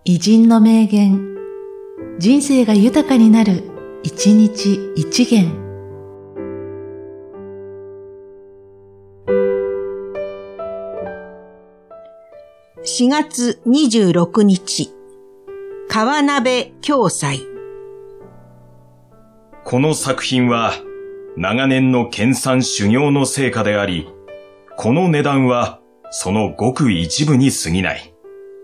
偉人の名言、人生が豊かになる、一日一元。 4月26日、川鍋暁斎。 この作品は長年の研鑽修行の成果であり、この値段はそのごく一部に過ぎない。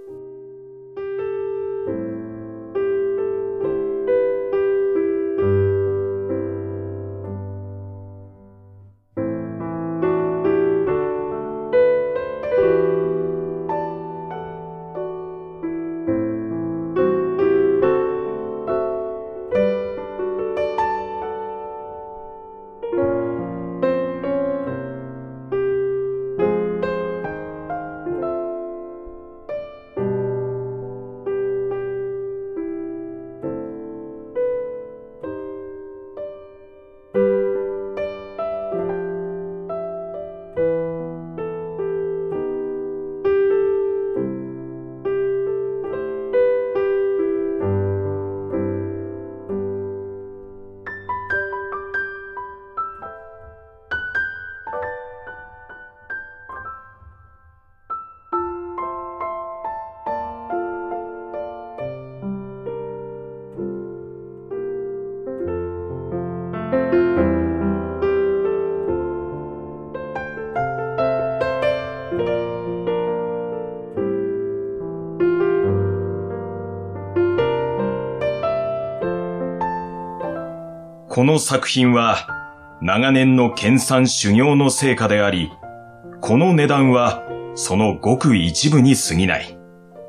この作品は長年の研鑽修行の成果であり、この値段はそのごく一部に過ぎない。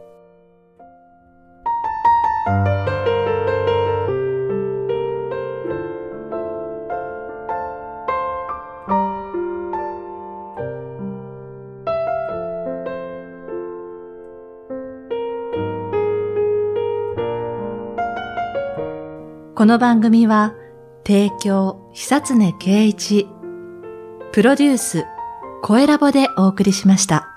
この番組は提供久常圭一、プロデュース声ラボでお送りしました。